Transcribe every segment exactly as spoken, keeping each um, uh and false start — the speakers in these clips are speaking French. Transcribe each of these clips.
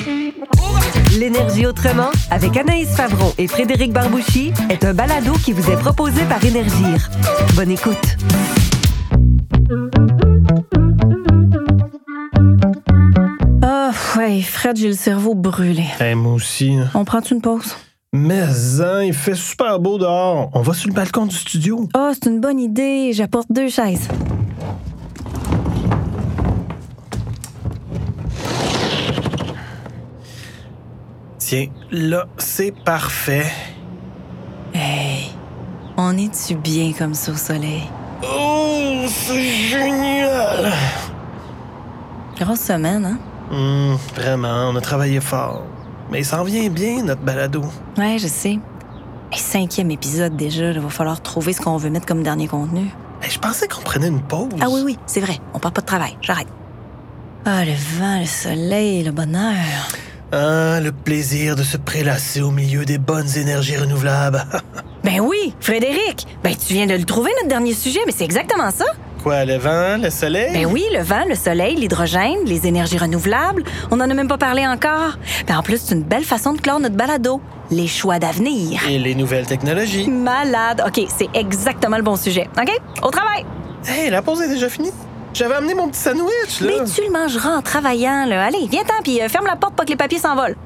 L'énergie autrement, avec Anaïs Favron et Frédéric Barbouchi, est un balado qui vous est proposé par Énergir. Bonne écoute. Ah, oh, ouais, Fred, j'ai le cerveau brûlé. Hey, moi aussi. On prend-tu une pause? Mais hein, il fait super beau dehors. On va sur le balcon du studio. Ah, oh, c'est une bonne idée. J'apporte deux chaises. Tiens, là, c'est parfait. Hey, on est-tu bien comme ça au soleil? Oh, c'est génial! Grosse semaine, hein? Hum, vraiment, on a travaillé fort. Mais il s'en vient bien, notre balado. Ouais, je sais. Hey, cinquième épisode déjà, il va falloir trouver ce qu'on veut mettre comme dernier contenu. Hey, je pensais qu'on prenait une pause. Ah oui, oui, c'est vrai. On part pas de travail. J'arrête. Ah, le vent, le soleil, le bonheur. Ah, le plaisir de se prélasser au milieu des bonnes énergies renouvelables. Ben oui, Frédéric. Ben tu viens de le trouver, notre dernier sujet, mais c'est exactement ça. Quoi, le vent, le soleil? Ben oui, le vent, le soleil, l'hydrogène, les énergies renouvelables. On en a même pas parlé encore. Ben en plus, c'est une belle façon de clore notre balado. Les choix d'avenir. Et les nouvelles technologies. Malade. OK, c'est exactement le bon sujet. OK? Au travail. Hey, la pause est déjà finie. J'avais amené mon petit sandwich, là. Mais tu le mangeras en travaillant, là. Allez, viens-t'en, puis euh, ferme la porte pour que les papiers s'envolent.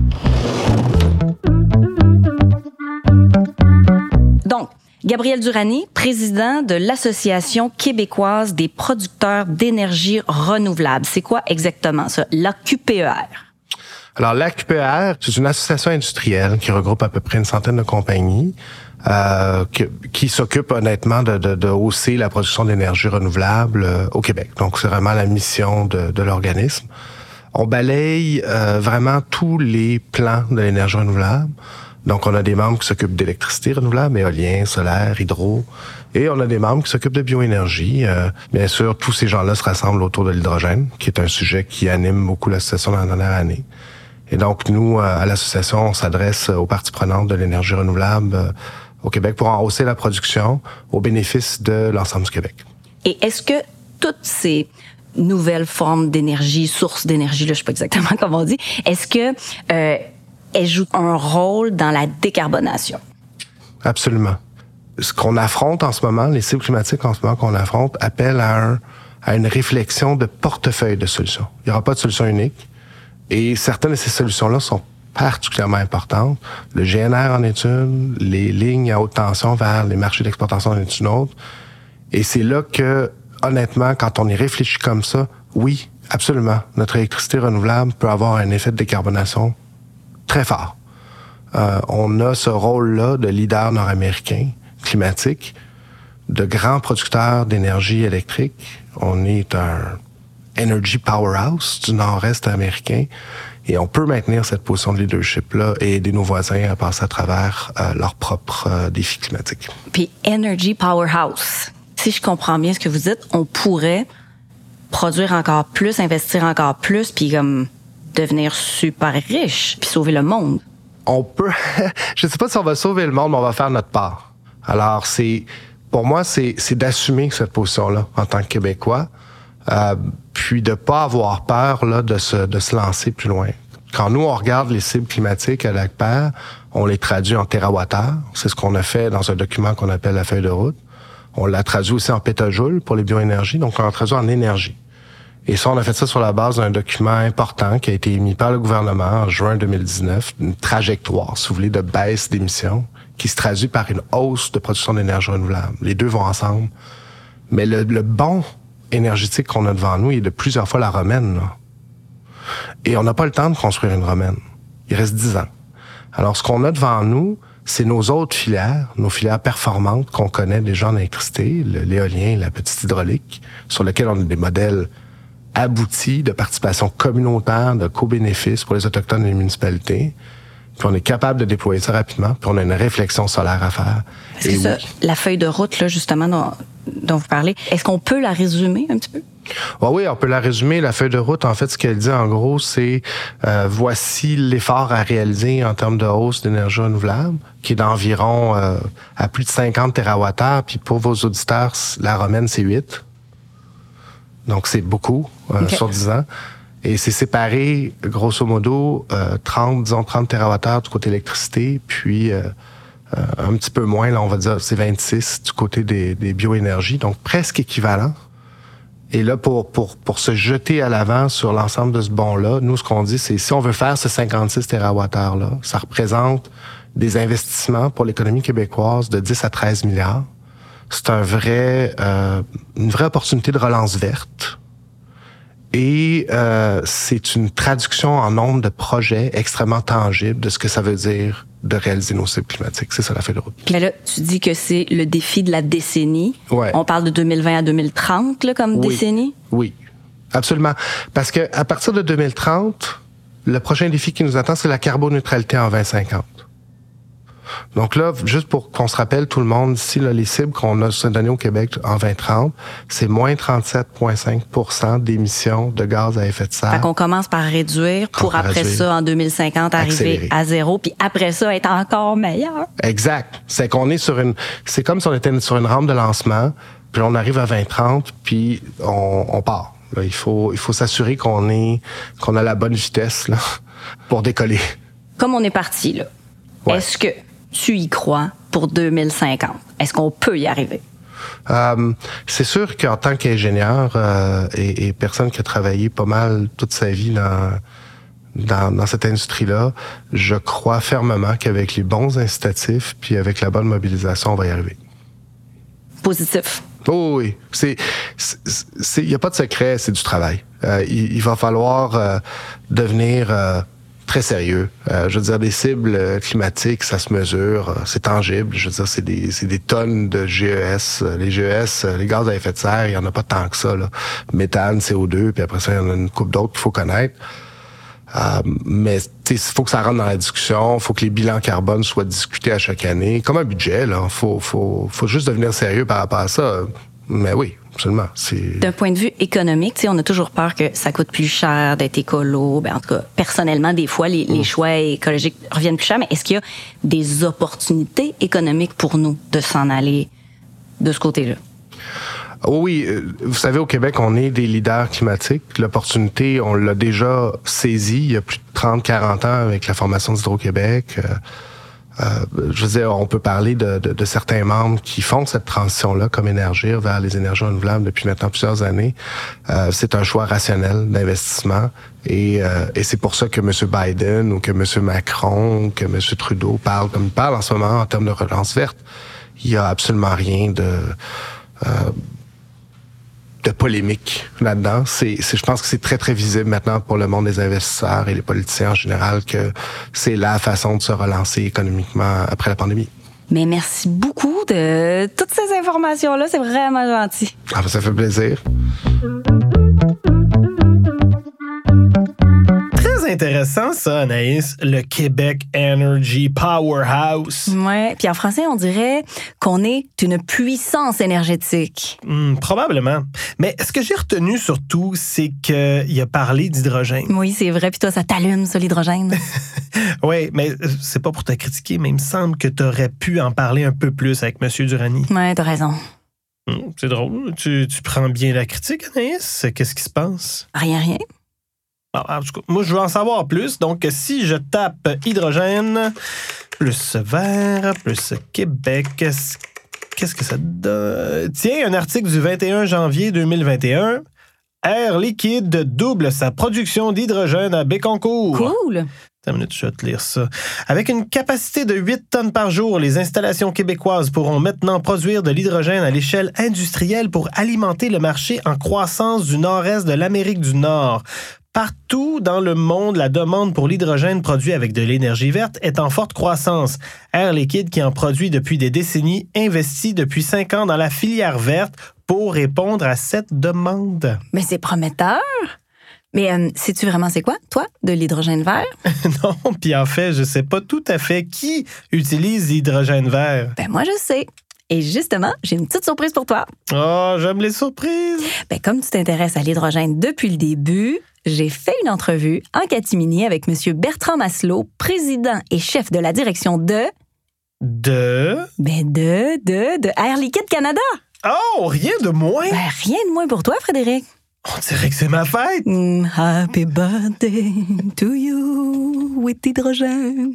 Donc, Gabriel Durani, président de l'Association québécoise des producteurs d'énergie renouvelable. C'est quoi exactement ça, l'A Q P E R? Alors, l'A Q P E R, c'est une association industrielle qui regroupe à peu près une centaine de compagnies euh, qui, qui s'occupe honnêtement de, de, de hausser la production d'énergie renouvelable euh, au Québec. Donc, c'est vraiment la mission de, de l'organisme. On balaye euh, vraiment tous les plans de l'énergie renouvelable. Donc, on a des membres qui s'occupent d'électricité renouvelable, éolien, solaire, hydro. Et on a des membres qui s'occupent de bioénergie. Euh, bien sûr, tous ces gens-là se rassemblent autour de l'hydrogène, qui est un sujet qui anime beaucoup l'association dans la dernière année. Et donc, nous, à l'association, on s'adresse aux parties prenantes de l'énergie renouvelable euh, au Québec pour en hausser la production au bénéfice de l'ensemble du Québec. Et est-ce que toutes ces nouvelles formes d'énergie, sources d'énergie, là, je sais pas exactement comment on dit, est-ce que euh, elles jouent un rôle dans la décarbonation? Absolument. Ce qu'on affronte en ce moment, les cibles climatiques en ce moment qu'on affronte, appellent à, un, à une réflexion de portefeuille de solutions. Il n'y aura pas de solution unique. Et certaines de ces solutions-là sont particulièrement importantes. Le G N R en est une, les lignes à haute tension vers les marchés d'exportation en est une autre. Et c'est là que, honnêtement, quand on y réfléchit comme ça, oui, absolument, notre électricité renouvelable peut avoir un effet de décarbonation très fort. Euh, on a ce rôle-là de leader nord-américain climatique, de grands producteurs d'énergie électrique. On est un energy powerhouse du nord-est américain et on peut maintenir cette position de leadership-là et aider nos voisins à passer à travers euh, leurs propres euh, défis climatiques. Puis energy powerhouse, si je comprends bien ce que vous dites, on pourrait produire encore plus, investir encore plus, puis comme devenir super riche, puis sauver le monde. On peut, je sais pas si on va sauver le monde, mais on va faire notre part. Alors, c'est, pour moi, c'est, c'est d'assumer cette position-là en tant que Québécois, euh, puis de pas avoir peur là de se, de se lancer plus loin. Quand nous, on regarde les cibles climatiques à l'A C P E R, on les traduit en térawattheures. C'est ce qu'on a fait dans un document qu'on appelle la feuille de route. On l'a traduit aussi en pétajoules pour les bioénergies, donc on l'a traduit en énergie. Et ça, on a fait ça sur la base d'un document important qui a été émis par le gouvernement en juin deux mille dix-neuf, une trajectoire, si vous voulez, de baisse d'émissions, qui se traduit par une hausse de production d'énergie renouvelable. Les deux vont ensemble. Mais le, le bon énergétique qu'on a devant nous, il est de plusieurs fois la romaine, là. Et on n'a pas le temps de construire une romaine. Il reste dix ans. Alors, ce qu'on a devant nous, c'est nos autres filières, nos filières performantes qu'on connaît déjà en électricité, le, l'éolien, la petite hydraulique, sur lesquels on a des modèles aboutis de participation communautaire, de co-bénéfices pour les Autochtones et les municipalités. Puis on est capable de déployer ça rapidement, puis on a une réflexion solaire à faire. C'est ça, oui. La feuille de route, là, justement, dont, dont vous parlez, est-ce qu'on peut la résumer un petit peu? Ouais, oui, on peut la résumer. La feuille de route, en fait, ce qu'elle dit, en gros, c'est euh, voici l'effort à réaliser en termes de hausse d'énergie renouvelable, qui est d'environ euh, à plus de cinquante térawattheures, puis pour vos auditeurs, la romaine, c'est huit. Donc, c'est beaucoup euh, okay. sur dix ans. Et c'est séparé, grosso modo, euh, trente, disons trente térawattheures du côté électricité, puis euh, euh, un petit peu moins, là, on va dire, c'est vingt-six du côté des, des bioénergies, donc presque équivalent. Et là, pour, pour, pour se jeter à l'avant sur l'ensemble de ce bond-là, nous, ce qu'on dit, c'est si on veut faire ce cinquante-six térawattheures-là, ça représente des investissements pour l'économie québécoise de dix à treize milliards. C'est un vrai, euh, une vraie opportunité de relance verte. Et euh, c'est une traduction en nombre de projets extrêmement tangibles de ce que ça veut dire de réaliser nos cibles climatiques. C'est ça la feuille de route. Puis là, tu dis que c'est le défi de la décennie. Ouais. On parle de deux mille vingt à deux mille trente là, comme oui. décennie. Oui, absolument. Parce que à partir de deux mille trente, le prochain défi qui nous attend, c'est la carboneutralité en vingt cinquante. Donc là, juste pour qu'on se rappelle tout le monde, ici, là, les cibles qu'on a se données au Québec en vingt trente, c'est moins trente-sept virgule cinq pour cent d'émissions de gaz à effet de serre. Fait qu'on commence par réduire pour Par après réduire. ça, en deux mille cinquante, arriver Accélérer. à zéro, puis après ça, être encore meilleur. Exact. C'est qu'on est sur une, c'est comme si on était sur une rampe de lancement, puis on arrive à vingt trente, puis on, on part. Là, il faut, il faut s'assurer qu'on est, qu'on a la bonne vitesse, là, pour décoller. Comme on est parti, là, Ouais. est-ce que tu y crois pour deux mille cinquante? Est-ce qu'on peut y arriver? Euh, c'est sûr qu'en tant qu'ingénieur euh, et, et personne qui a travaillé pas mal toute sa vie dans, dans, dans cette industrie-là, je crois fermement qu'avec les bons incitatifs puis avec la bonne mobilisation, on va y arriver. Positif. Oh oui, c'est, il y a pas de secret, c'est du travail. Euh, il, il va falloir euh, devenir euh, très sérieux. Euh, je veux dire, des cibles climatiques, ça se mesure, euh, c'est tangible. Je veux dire, c'est des, c'est des tonnes de G E S. Les G E S, les gaz à effet de serre, il y en a pas tant que ça, là. Méthane, C O deux, puis après ça, il y en a une couple d'autres qu'il faut connaître. Euh, mais il faut que ça rentre dans la discussion, il faut que les bilans carbone soient discutés à chaque année, comme un budget. Là, faut, faut, faut juste devenir sérieux par rapport à ça. Mais oui, absolument. C'est... D'un point de vue économique, tu sais, on a toujours peur que ça coûte plus cher d'être écolo. Ben, en tout cas, personnellement, des fois, les, mmh. les choix écologiques reviennent plus cher. Mais est-ce qu'il y a des opportunités économiques pour nous de s'en aller de ce côté-là? Oui, vous savez, au Québec, on est des leaders climatiques. L'opportunité, on l'a déjà saisie il y a plus de trente quarante ans avec la formation d'Hydro-Québec. Euh, euh, je veux dire, on peut parler de, de, de certains membres qui font cette transition-là, comme Énergir, vers les énergies renouvelables depuis maintenant plusieurs années. Euh, c'est un choix rationnel d'investissement et, euh, et c'est pour ça que M. Biden ou que M. Macron ou que M. Trudeau parlent comme ils parlent en ce moment en termes de relance verte. Il y a absolument rien de... Euh, de polémique là-dedans. C'est, c'est, je pense que c'est très, très visible maintenant pour le monde des investisseurs et les politiciens en général que c'est la façon de se relancer économiquement après la pandémie. Mais merci beaucoup de toutes ces informations-là. C'est vraiment gentil. Ah, ça fait plaisir. Intéressant ça, Anaïs, le Québec Energy Powerhouse. Ouais, puis en français, on dirait qu'on est une puissance énergétique. Hmm, probablement. Mais ce que j'ai retenu surtout, c'est qu'il a parlé d'hydrogène. Oui, c'est vrai, puis toi, ça t'allume, ça, l'hydrogène. Oui, mais c'est pas pour te critiquer, mais il me semble que tu aurais pu en parler un peu plus avec M. Durrani. Ouais, t'as raison. Hmm, c'est drôle. Tu, tu prends bien la critique, Anaïs? Qu'est-ce qui se passe? Rien, rien. Ah, en tout cas, moi, je veux en savoir plus. Donc, si je tape hydrogène, plus vert, plus Québec, qu'est-ce que ça donne? Tiens, un article du vingt et un janvier deux mille vingt et un. Air Liquide double sa production d'hydrogène à Bécancour. Cool! Attends une minute, je vais te lire ça. Avec une capacité de huit tonnes par jour, les installations québécoises pourront maintenant produire de l'hydrogène à l'échelle industrielle pour alimenter le marché en croissance du nord-est de l'Amérique du Nord. Partout dans le monde, la demande pour l'hydrogène produit avec de l'énergie verte est en forte croissance. Air Liquide, qui en produit depuis des décennies, investit depuis cinq ans dans la filière verte pour répondre à cette demande. Mais c'est prometteur! Mais euh, sais-tu vraiment c'est quoi, toi, de l'hydrogène vert? Non, puis en fait, je sais pas tout à fait qui utilise l'hydrogène vert. Ben moi, je sais. Et justement, j'ai une petite surprise pour toi. Oh, j'aime les surprises! Ben comme tu t'intéresses à l'hydrogène depuis le début, j'ai fait une entrevue en catimini avec M. Bertrand Masselot, président et chef de la direction de... De? Ben de, de, de Air Liquide Canada. Oh, rien de moins? Ben rien de moins pour toi, Frédéric. On dirait que c'est ma fête! Mm, happy birthday to you with hydrogène.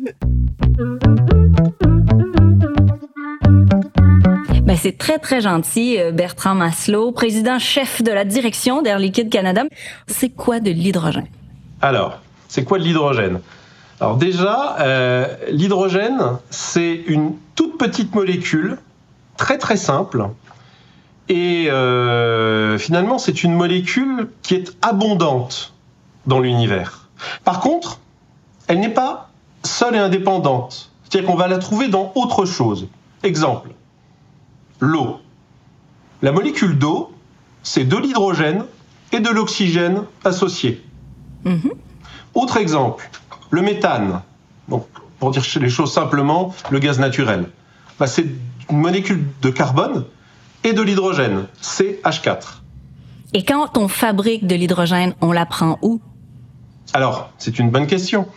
Ben, c'est très, très gentil, Bertrand Masselot, président-chef de la direction d'Air Liquide Canada. C'est quoi de l'hydrogène? Alors, c'est quoi de l'hydrogène? Alors déjà, euh, l'hydrogène, c'est une toute petite molécule, très très simple, et euh, finalement, c'est une molécule qui est abondante dans l'univers. Par contre, elle n'est pas seule et indépendante. C'est-à-dire qu'on va la trouver dans autre chose. Exemple, l'eau. La molécule d'eau, c'est de l'hydrogène et de l'oxygène associés. Mm-hmm. Autre exemple, le méthane. Donc, pour dire les choses simplement, le gaz naturel. Bah, c'est une molécule de carbone et de l'hydrogène, C H quatre. Et quand on fabrique de l'hydrogène, on la prend où? Alors, c'est une bonne question.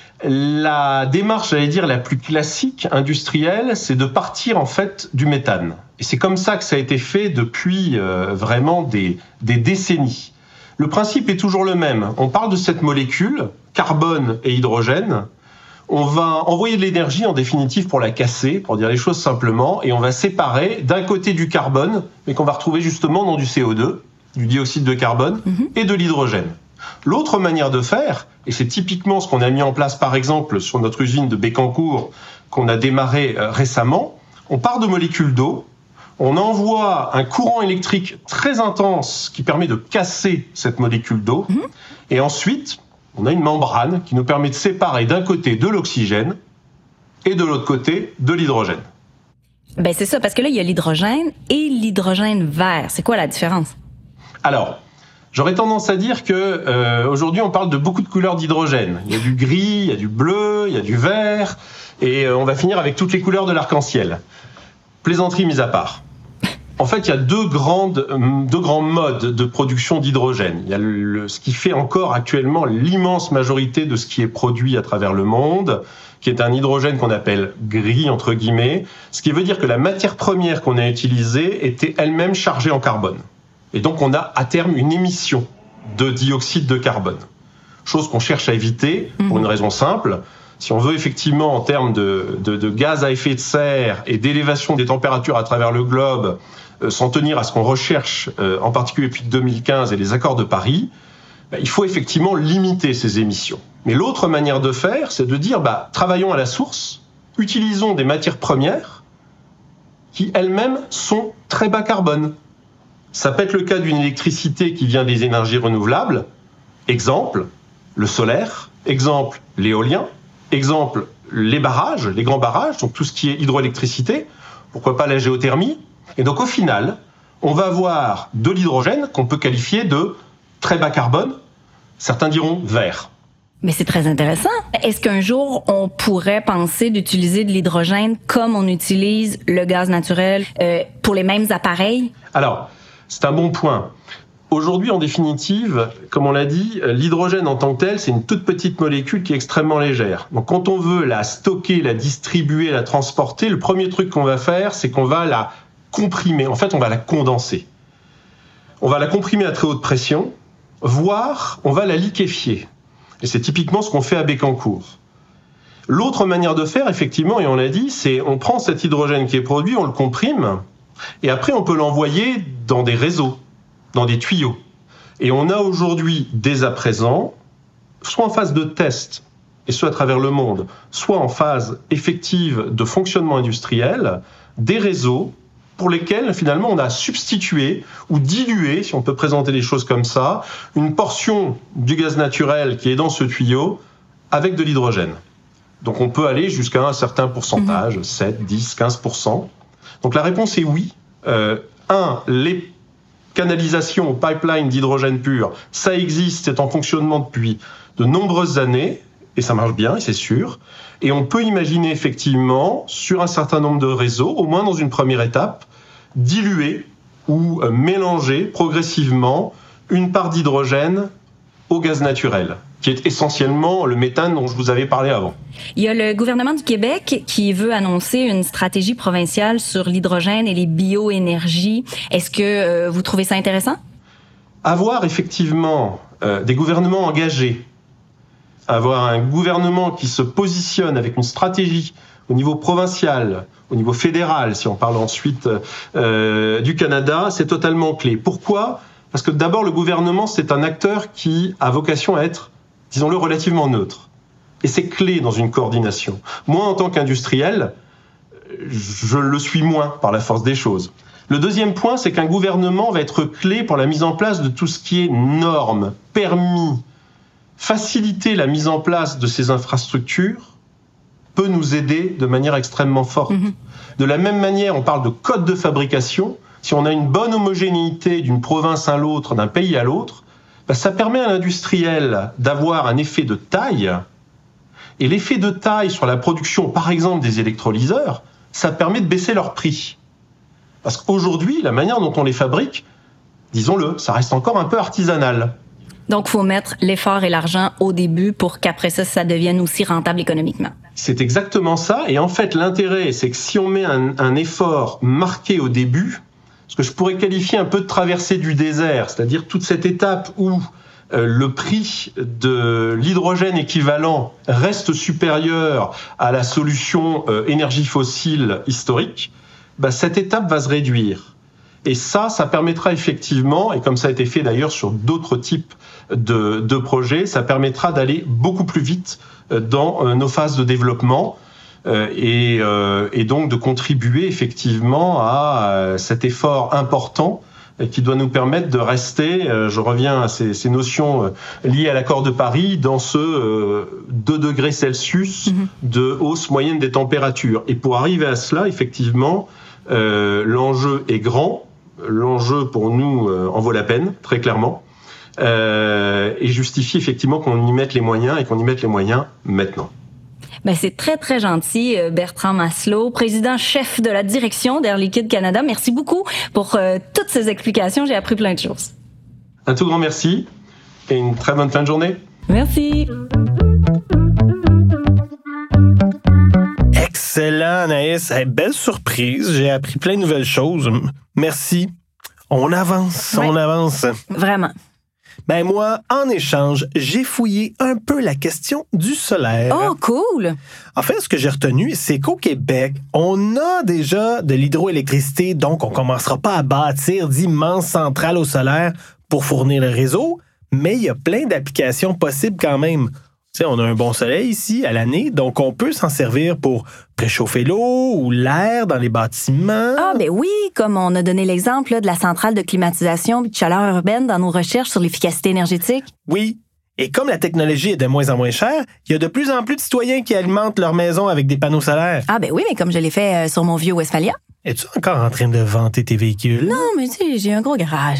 La démarche, j'allais dire, la plus classique, industrielle, c'est de partir en fait du méthane. Et c'est comme ça que ça a été fait depuis euh, vraiment des, des décennies. Le principe est toujours le même. On parle de cette molécule, carbone et hydrogène. On va envoyer de l'énergie, en définitive, pour la casser, pour dire les choses simplement, et on va séparer d'un côté du carbone, mais qu'on va retrouver justement dans du C O deux, du dioxyde de carbone, mm-hmm. et de l'hydrogène. L'autre manière de faire, et c'est typiquement ce qu'on a mis en place par exemple sur notre usine de Bécancour, qu'on a démarré euh, récemment, on part de molécules d'eau, on envoie un courant électrique très intense qui permet de casser cette molécule d'eau, mmh. et ensuite on a une membrane qui nous permet de séparer d'un côté de l'oxygène et de l'autre côté de l'hydrogène. Ben c'est ça, parce que là il y a l'hydrogène et l'hydrogène vert. C'est quoi la différence? Alors, j'aurais tendance à dire que euh, aujourd'hui on parle de beaucoup de couleurs d'hydrogène. Il y a du gris, il y a du bleu, il y a du vert, et euh, on va finir avec toutes les couleurs de l'arc-en-ciel. Plaisanterie mise à part. En fait, il y a deux grandes, deux grands modes de production d'hydrogène. Il y a le, ce qui fait encore actuellement l'immense majorité de ce qui est produit à travers le monde, qui est un hydrogène qu'on appelle gris entre guillemets, ce qui veut dire que la matière première qu'on a utilisée était elle-même chargée en carbone. Et donc, on a à terme une émission de dioxyde de carbone. Chose qu'on cherche à éviter pour une raison simple. Si on veut effectivement, en termes de, de, de gaz à effet de serre et d'élévation des températures à travers le globe, euh, s'en tenir à ce qu'on recherche, euh, en particulier depuis deux mille quinze et les accords de Paris, bah, il faut effectivement limiter ces émissions. Mais l'autre manière de faire, c'est de dire, bah, travaillons à la source, utilisons des matières premières qui elles-mêmes sont très bas carbone. Ça peut être le cas d'une électricité qui vient des énergies renouvelables. Exemple, le solaire. Exemple, l'éolien. Exemple, les barrages, les grands barrages, donc tout ce qui est hydroélectricité. Pourquoi pas la géothermie? Et donc au final, on va avoir de l'hydrogène qu'on peut qualifier de très bas carbone. Certains diront vert. Mais c'est très intéressant. Est-ce qu'un jour, on pourrait penser d'utiliser de l'hydrogène comme on utilise le gaz naturel euh, pour les mêmes appareils? Alors, c'est un bon point. Aujourd'hui, en définitive, comme on l'a dit, l'hydrogène en tant que tel, c'est une toute petite molécule qui est extrêmement légère. Donc quand on veut la stocker, la distribuer, la transporter, le premier truc qu'on va faire, c'est qu'on va la comprimer. En fait, on va la condenser. On va la comprimer à très haute pression, voire on va la liquéfier. Et c'est typiquement ce qu'on fait à Bécancour. L'autre manière de faire, effectivement, et on l'a dit, c'est on prend cet hydrogène qui est produit, on le comprime, et après on peut l'envoyer dans des réseaux, dans des tuyaux. Et on a aujourd'hui, dès à présent, soit en phase de test, et soit à travers le monde, soit en phase effective de fonctionnement industriel, des réseaux pour lesquels, finalement, on a substitué ou dilué, si on peut présenter les choses comme ça, une portion du gaz naturel qui est dans ce tuyau avec de l'hydrogène. Donc on peut aller jusqu'à un certain pourcentage, sept, dix, quinze pour cent. Donc la réponse est oui. Euh, un, les canalisations, pipelines d'hydrogène pur, ça existe, c'est en fonctionnement depuis de nombreuses années, et ça marche bien, et c'est sûr. Et on peut imaginer effectivement, sur un certain nombre de réseaux, au moins dans une première étape, diluer ou mélanger progressivement une part d'hydrogène au gaz naturel, qui est essentiellement le méthane dont je vous avais parlé avant. Il y a le gouvernement du Québec qui veut annoncer une stratégie provinciale sur l'hydrogène et les bioénergies. Est-ce que euh, vous trouvez ça intéressant? avoir effectivement euh, des gouvernements engagés, avoir un gouvernement qui se positionne avec une stratégie au niveau provincial, au niveau fédéral, si on parle ensuite euh, du Canada, c'est totalement clé. Pourquoi ? Parce que d'abord, le gouvernement, c'est un acteur qui a vocation à être, disons-le, relativement neutre. Et c'est clé dans une coordination. Moi, en tant qu'industriel, je le suis moins par la force des choses. Le deuxième point, c'est qu'un gouvernement va être clé pour la mise en place de tout ce qui est normes, permis, faciliter la mise en place de ces infrastructures peut nous aider de manière extrêmement forte. Mmh. De la même manière, on parle de code de fabrication. Si on a une bonne homogénéité d'une province à l'autre, d'un pays à l'autre, bah, ça permet à l'industriel d'avoir un effet de taille. Et l'effet de taille sur la production, par exemple, des électrolyseurs, ça permet de baisser leur prix. Parce qu'aujourd'hui, la manière dont on les fabrique, disons-le, ça reste encore un peu artisanal. Donc, il faut mettre l'effort et l'argent au début pour qu'après ça, ça devienne aussi rentable économiquement. C'est exactement ça. Et en fait, l'intérêt, c'est que si on met un, un effort marqué au début, ce que je pourrais qualifier un peu de traversée du désert, c'est-à-dire toute cette étape où euh, le prix de l'hydrogène équivalent reste supérieur à la solution euh, énergie fossile historique, bah, cette étape va se réduire. Et ça, ça permettra effectivement, et comme ça a été fait d'ailleurs sur d'autres types de, de projets, ça permettra d'aller beaucoup plus vite dans nos phases de développement euh, et, euh, et donc de contribuer effectivement à euh, cet effort important qui doit nous permettre de rester, euh, je reviens à ces, ces notions euh, liées à l'accord de Paris, dans ce euh, deux degrés Celsius mmh. de hausse moyenne des températures. Et pour arriver à cela, effectivement, euh, l'enjeu est grand. L'enjeu pour nous euh, en vaut la peine, très clairement, euh, et justifie effectivement qu'on y mette les moyens et qu'on y mette les moyens maintenant. Ben, c'est très, très gentil, Bertrand Masselot, président-chef de la direction d'Air Liquide Canada. Merci beaucoup pour euh, toutes ces explications. J'ai appris plein de choses. Un tout grand merci et une très bonne fin de journée. Merci. Excellent, Anaïs. Hey, belle surprise. J'ai appris plein de nouvelles choses. Merci. On avance, ouais. on avance. Vraiment. Ben moi, en échange, j'ai fouillé un peu la question du solaire. Oh, cool! En fait, ce que j'ai retenu, c'est qu'au Québec, on a déjà de l'hydroélectricité, donc on ne commencera pas à bâtir d'immenses centrales au solaire pour fournir le réseau, mais il y a plein d'applications possibles quand même. Tu sais, on a un bon soleil ici à l'année, donc on peut s'en servir pour préchauffer l'eau ou l'air dans les bâtiments. Ah, ben oui, comme on a donné l'exemple là, de la centrale de climatisation et de chaleur urbaine dans nos recherches sur l'efficacité énergétique. Oui, et comme la technologie est de moins en moins chère, il y a de plus en plus de citoyens qui alimentent leur maison avec des panneaux solaires. Ah, ben oui, mais comme je l'ai fait euh, sur mon vieux Westphalia. Es-tu encore en train de vanter tes véhicules? Non, mais tu sais, j'ai un gros garage.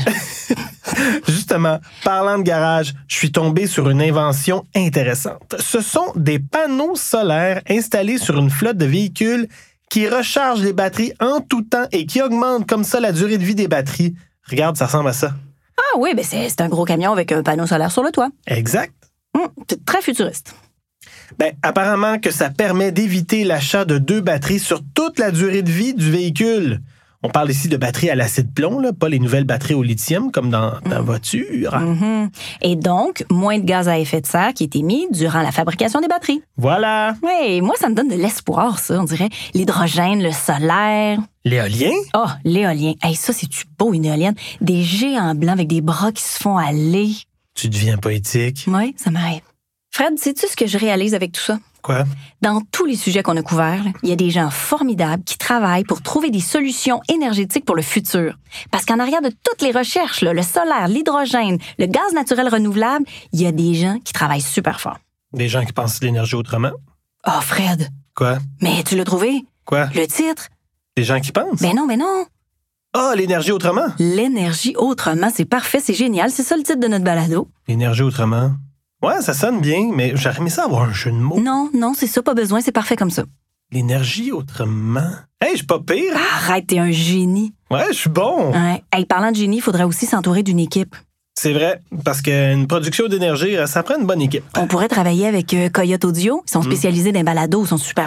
Justement, parlant de garage, je suis tombé sur une invention intéressante. Ce sont des panneaux solaires installés sur une flotte de véhicules qui rechargent les batteries en tout temps et qui augmentent comme ça la durée de vie des batteries. Regarde, ça ressemble à ça. Ah oui, ben c'est, c'est un gros camion avec un panneau solaire sur le toit. Exact. Hum, c'est très futuriste. Ben, apparemment que ça permet d'éviter l'achat de deux batteries sur toute la durée de vie du véhicule. On parle ici de batteries à l'acide plomb, là, pas les nouvelles batteries au lithium comme dans ta mmh. voiture. Mmh. Et donc, moins de gaz à effet de serre qui est émis durant la fabrication des batteries. Voilà. Oui, moi, ça me donne de l'espoir, ça, on dirait. L'hydrogène, le solaire. L'éolien? Oh, l'éolien. Hey, ça, c'est-tu beau, une éolienne? Des géants blancs avec des bras qui se font aller. Tu deviens poétique. Oui, ça m'arrive. Fred, sais-tu ce que je réalise avec tout ça? Quoi? Dans tous les sujets qu'on a couverts, il y a des gens formidables qui travaillent pour trouver des solutions énergétiques pour le futur. Parce qu'en arrière de toutes les recherches, là, le solaire, l'hydrogène, le gaz naturel renouvelable, il y a des gens qui travaillent super fort. Des gens qui pensent l'énergie autrement? Oh, Fred! Quoi? Mais tu l'as trouvé? Quoi? Le titre? Des gens qui pensent? Ben non, ben non! Ah, oh, l'énergie autrement? L'énergie autrement, c'est parfait, c'est génial, c'est ça le titre de notre balado. L'énergie autrement? Ouais, ça sonne bien, mais j'aurais aimé ça avoir un jeu de mots. Non, non, c'est ça, pas besoin, c'est parfait comme ça. L'énergie autrement. Hey, je suis pas pire. Arrête, t'es un génie. Ouais, je suis bon. Ouais. Hey, parlant de génie, il faudrait aussi s'entourer d'une équipe. C'est vrai, parce qu'une production d'énergie, ça prend une bonne équipe. On pourrait travailler avec euh, Coyote Audio. Ils sont spécialisés mmh. dans les balados, ils sont super bons.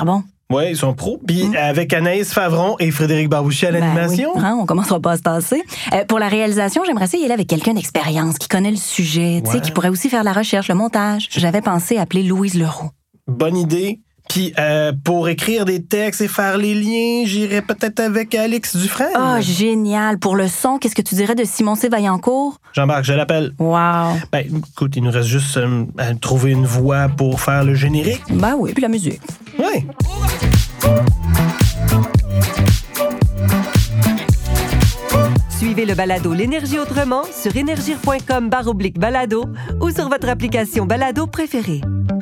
Oui, ils sont pros. Puis mmh. avec Anaïs Favron et Frédéric Barbouchi à l'animation. Ben oui. hein, on commencera pas à se tasser. Euh, pour la réalisation, j'aimerais ça y aller avec quelqu'un d'expérience, qui connaît le sujet, ouais. qui pourrait aussi faire la recherche, le montage. J'avais pensé appeler Louise Leroux. Bonne idée. Puis euh, pour écrire des textes et faire les liens, j'irais peut-être avec Alix Dufresne. Ah, oh, génial. Pour le son, qu'est-ce que tu dirais de Simon C. Vaillancourt? Jean-Marc, je l'appelle. Wow. Ben, écoute, il nous reste juste euh, à trouver une voix pour faire le générique. Ben oui, puis la musique. Oui. Suivez le balado L'énergie autrement sur énergir point com barre oblique balado ou sur votre application balado préférée.